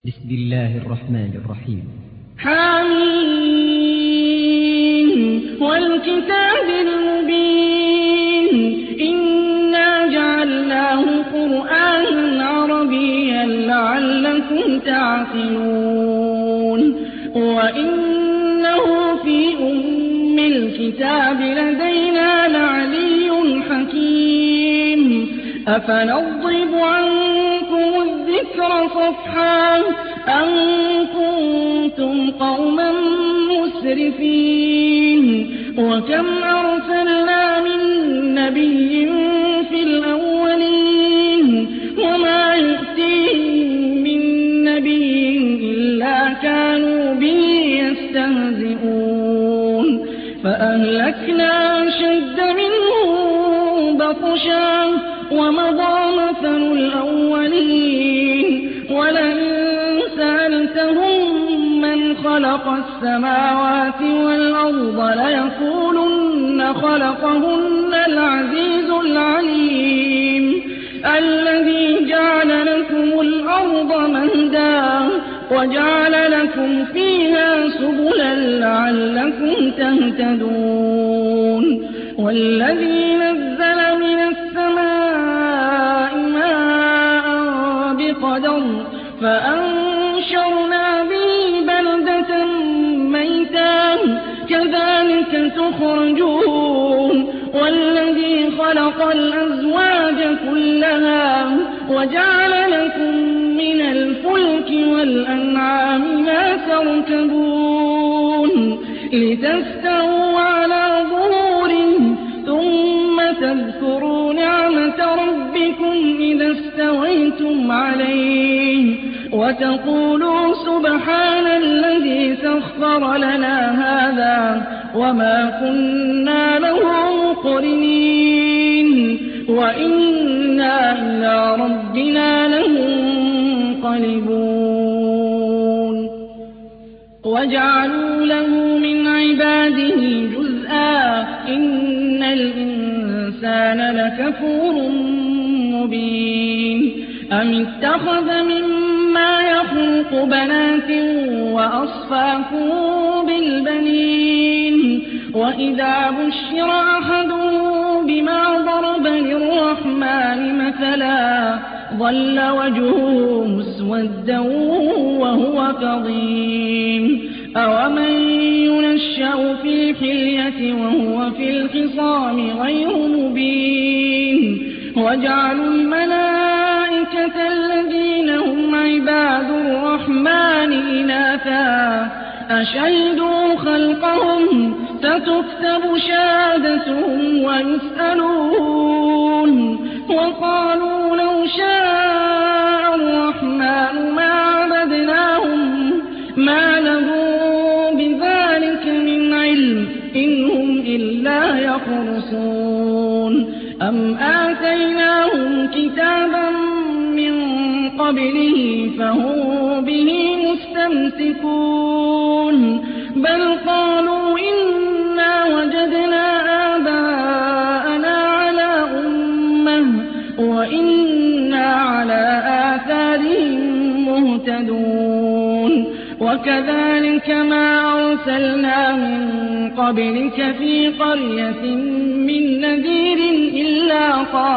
بسم الله الرحمن الرحيم. حميم والكتاب المبين إنا جعلناه قرآنا عربيا لعلكم تعقلون وإنه في أم الكتاب لدينا لعلي حكيم أفنضرب عنكم الذكر صفحا أن كنتم قوما مسرفين وكم أرسلنا من نبي في الأولين وما يؤتيهم من نبي إلا كانوا به يستهزئون فأهلكنا أشد منهم بطشا ومضى مثل الأولين ولئن سألتهم من خلق السماوات والأرض ليقولن خلقهن العزيز العليم الذي جعل لكم الأرض مهدا وجعل لكم فيها سبلا لعلكم تهتدون والذي نزل من السماء ماء بقدر فأنشرنا به بلدة ميتا كذلك تخرجون والذي خلق الأزواج كلها وجعل لكم من الفلك والأنعام ما تركبون لتستووا على ظهوره ثم تذكروا نعمة ربكم إذا استويتم عليه وتقولوا سبحان الذي سخر لنا هذا وما كنا له مقرنين وإنا إلى ربنا لمنقلبون وجعلوا له من عباده جزءا إن الإنسان لكفور مبين أم اتخذ مما يخلق بنات وأصفاكم بالبنين وإذا بشر أحدهم بما ضرب للرحمن مثلا ظل وجهه مسودا وهو كظيم أومن ينشأ في الحلية وهو في الخصام غير مبين وجعلوا الملائكة الذين هم عباد الرحمن إناثا أشهدوا خلقهم ستكتب شهادتهم ويسألون وقالوا لو شاء الرحمن ما عبدناهم ما لهم بذلك من علم إن هم إلا يخرصون أم آتيناهم كتابا من قبله فهم به مستمسكون بل قالوا إنا وجدنا آباءنا على أمة وإنا على آثارهم مهتدون وكذلك ما أرسلنا من قبلك في قرية من نذير إلا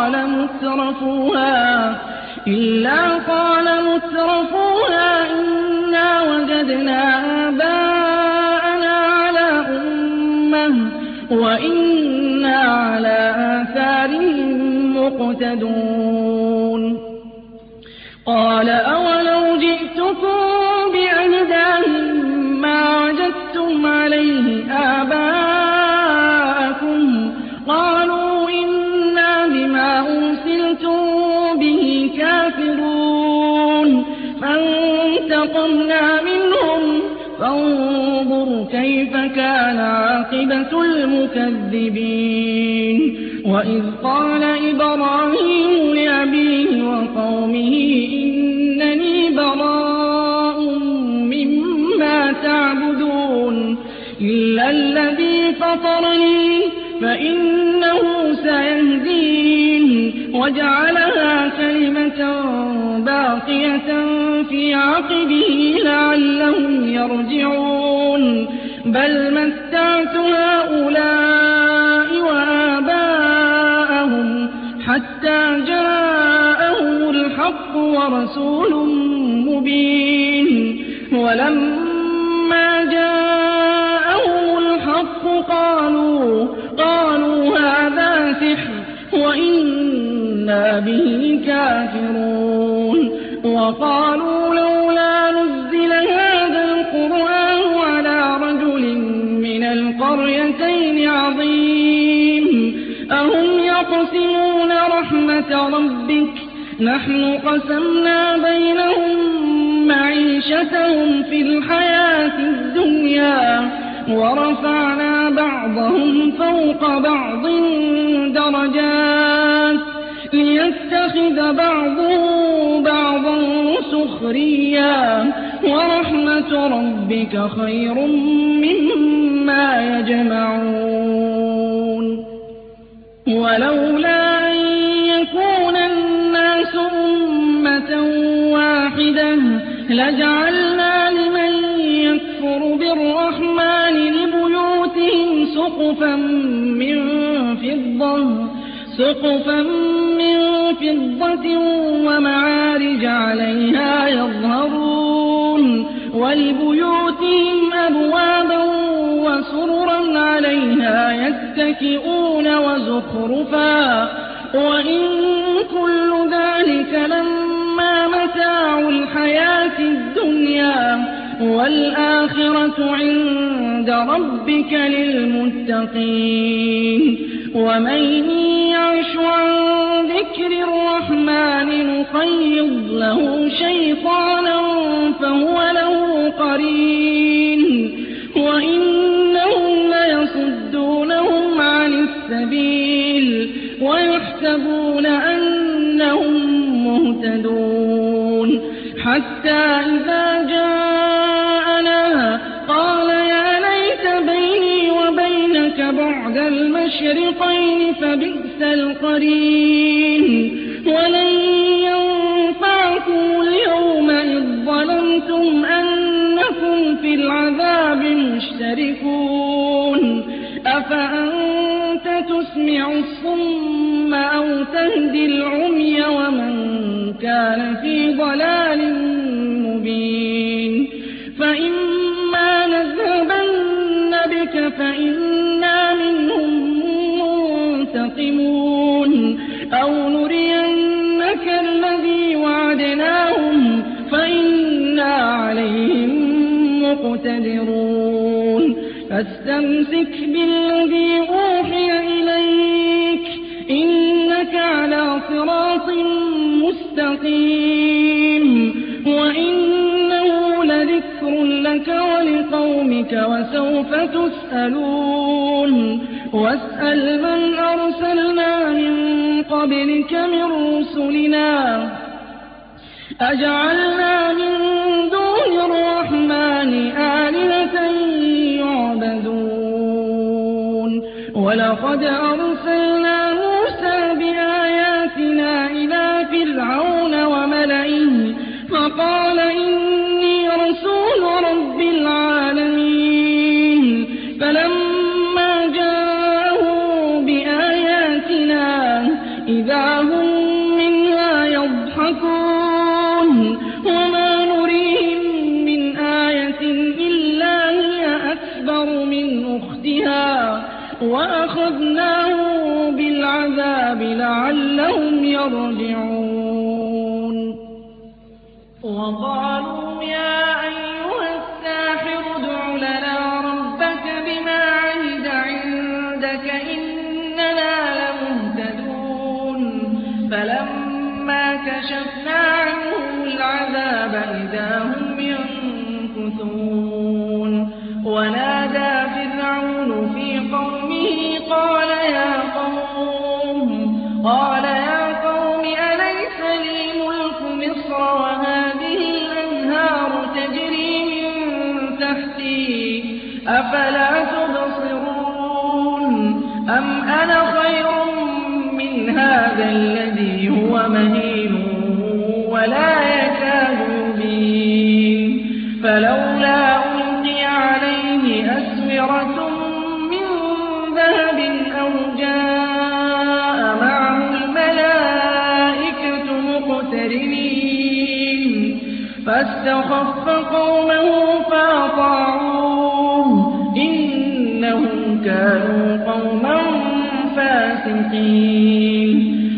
قال مترفوها إنا وجدنا آباءنا على أمة وإنا على آثارهم مقتدون قال أولو جئتكم بأهدى مما وجدتم عليه آباءكم قالوا إنا بما أرسلتم به كافرون فانتقمنا منهم فانظر كيف كان عاقبة المكذبين وإذ قال إبراهيم لأبيه وقومه إنني براء مما تعبدون إلا الذي فطرني فإنه سيهدين وجعلها كلمة باقية في عقبه لعلهم يرجعون بل متعت هؤلاء وآباءهم حتى جاءهم الحق ورسول مبين ولما جاءهم الحق قالوا هذا سحر وإنا به كافرون وقالوا لولا نزل هذا القرآن على رجل من القريتين عظيم أهم يقسمون رحمة ربك نحن قسمنا بينهم معيشتهم في الحياة الدنيا ورفعنا بعضهم فوق بعض درجات ليتخذ بعضهم بعضا سخريا ورحمة ربك خير مما يجمعون ولولا أن يكون الناس أمة واحدة لجعلنا لمن يكفر بالرحمن لبيوتهم سقفا من فضة ومعارج عليها يظهرون ولبيوتهم أبوابا وسررا عليها يتكئون وزخرفا وإن كل ذلك لما متاع الحياة الدنيا والآخرة عند ربك للمتقين ومن يعش عن ذكر الرحمن نقيض له شيطانا فهو له قرين وإنهم ليصدونهم عن السبيل ويحسبون أنهم مهتدون حتى إذا جاءنا قال يا ليت بيني وبينك بعد المشرقين فبئس القرين ولن ينفعكم اليوم إذ ظلمتم أنكم في العذاب مشتركون أفأنت تسمع الصم أو تهدي العمي ومن كان في ضلال مبين فإما نذهبن بك فإنا منهم منتقمون أو نرينك الذي وعدناهم فإنا عليهم مقتدرون فاستمسك بالذي أوحي إليك إنك على صراط مستقيم وإنه لذكر لك ولقومك وسوف تسألون واسأل من أرسلنا من قبلك من رسلنا أجعلنا من دون الرحمن آلهة يعبدون ولقد أرسلنا موسى بآياتنا إلى فرعون وملئه فقال إني رسول رب العالمين فلما جاءوا بآياتنا إذا هم منها يضحكون وما نريهم من آية إلا هي أكبر من أختها وأخذناهم بالعذاب لعلهم يرجعون وقالوا يا أيها الساحر ادع لنا ربك بما عهد عندك إننا لمهتدون فلما كشفنا عنهم العذاب إذا هم ينكثون ونادى فرعون في قومه قال يا قوم أليس لي ملك مصر وهذه الأنهار تجري من تحتي أفلا تبصرون أم أنا خير من هذا الذي هو مهين ولا يكاد يبين فلولا ألقي عليه أسورة من ذهب أو جاء معه الملائكة مقترنين فاستخف قومه فأطاعوه إنهم كانوا قوما فاسقين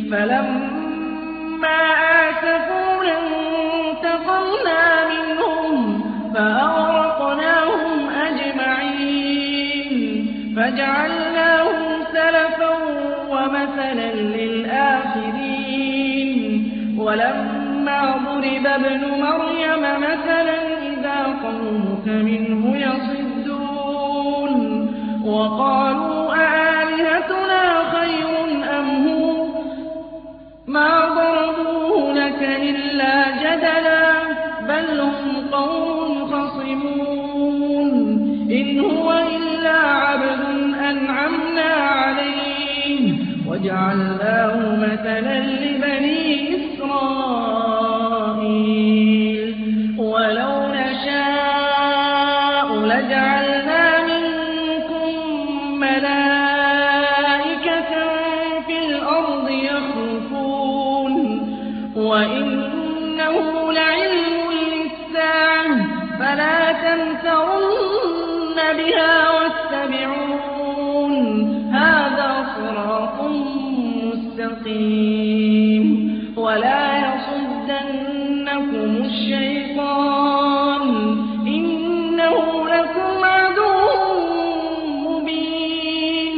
فلما آسفونا انتقمنا منهم فأغرقناهم أجمعين فجعلناهم سلفا ومثلا للآخرين ولما ضرب ابن مريم مثلا إذا قومك منه يصدون وقالوا أآلهتنا خير أم هو ما ضربوه لك إلا جدلا بل هم قوم خصمون إن هو إلا عبد أنعمنا عليه وجعلناه مثلا لبني إسرائيل ولو نشاء لجعلنا منكم ملائكة في الأرض يخلفون وإنه لعلم للساعة فلا تمترن بها واتبعون هذا صراط مستقيم ولا يصدنكم الشيطان إنه لكم عدو مبين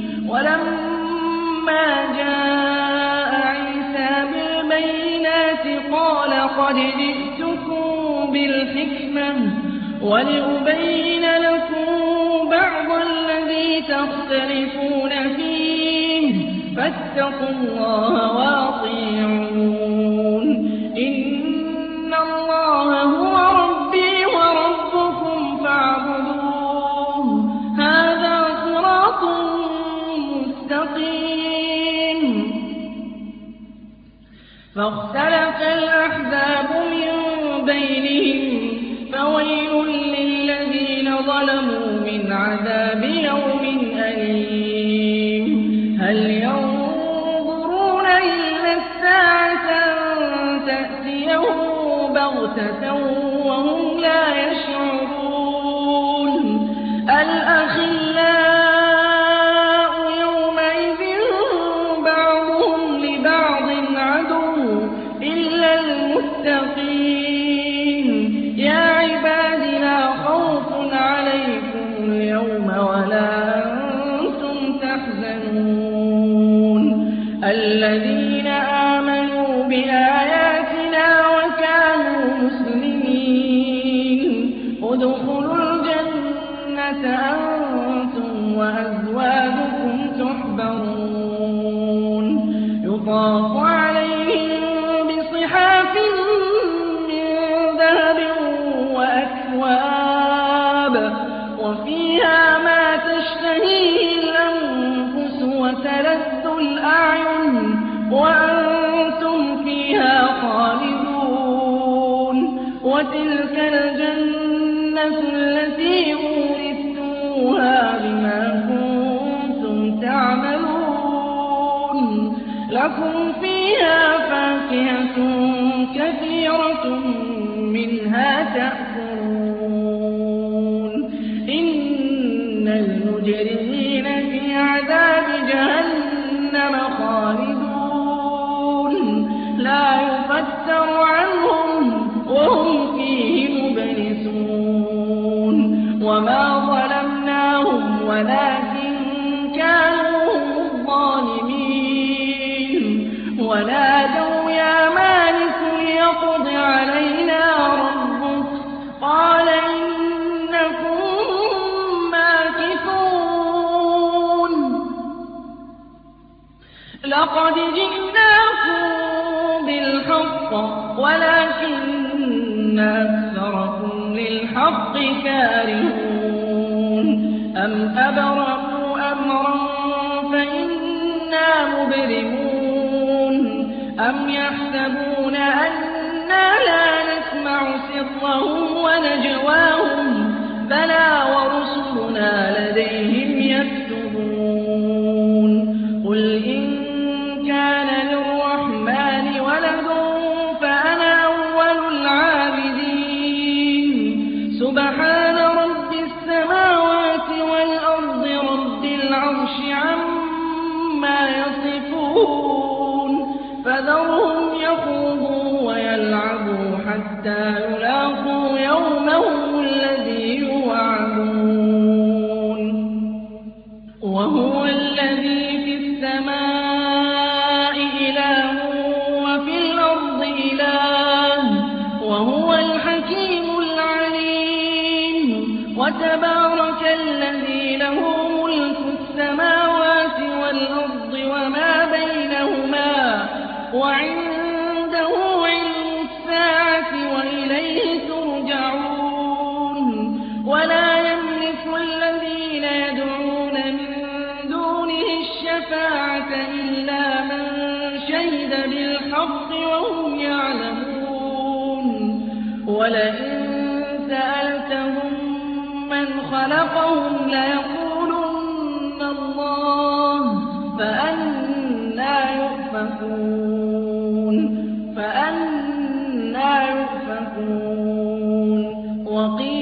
ولما جاء عيسى بالبينات قال قد جئتكم بالحكمة ولأبين لكم بعض الذي تختلفون فيه فاتقوا الله وأطيعون إن الله هو ربي وربكم فاعبدوه هذا صراط مستقيم فاختلف الأحزاب من بينهم فويل للذين ظلموا من عذاب يوم أليم هل ينظرون إلا الساعة أن تأتيهم بغتة وهم لا يشعرون الأخلاء يومئذ بعضهم لبعض عدو إلا المتقين يا عباد لا خوف عليكم اليوم ولا أنتم تحزنون الذين آمنوا بآياتنا وكانوا مسلمين ادخلوا الجنة أنتم وأزواجكم تحبرون يطاف عليهم بصحاف من ذهب وأكواب وفيها ما تشتهيه الأنفس وتلذ الأعين وأنتم فيها خالدون وتلك الجنة التي أورثتموها بما كنتم تعملون لكم فيها فاكهة كثيرة منها تأكلون إن المجرمين في عذاب جهنم خالدون لا يفتر عنهم وهم فيه مبلسون وما ظلمناهم ولكن كانوا هم الظالمين ونادوا يا مالك ليقض علينا ربك قال إنكم ماكثون لقد جئناكم بالحق ولكن أكثركم للحق كارهون أم أبرموا أمرا فإنا مبرمون أم يحسبون أنا لا نسمع سرهم ونجواهم فذرهم يخوضوا ويلعبوا حتى يلاقوا يومهم الذي يوعدون وهو الذي في السماء إله وفي الأرض إله وهو الحكيم العليم وتبارك الذي له ملك السماوات والأرض وما بينهما وعنده علم الساعة وإليه ترجعون ولا يملك الذين يدعون من دونه الشفاعة إلا من شهد بالحق وهم يعلمون ولئن سألتهم من خلقهم ليقولن الله فأنى يؤفكون وقيل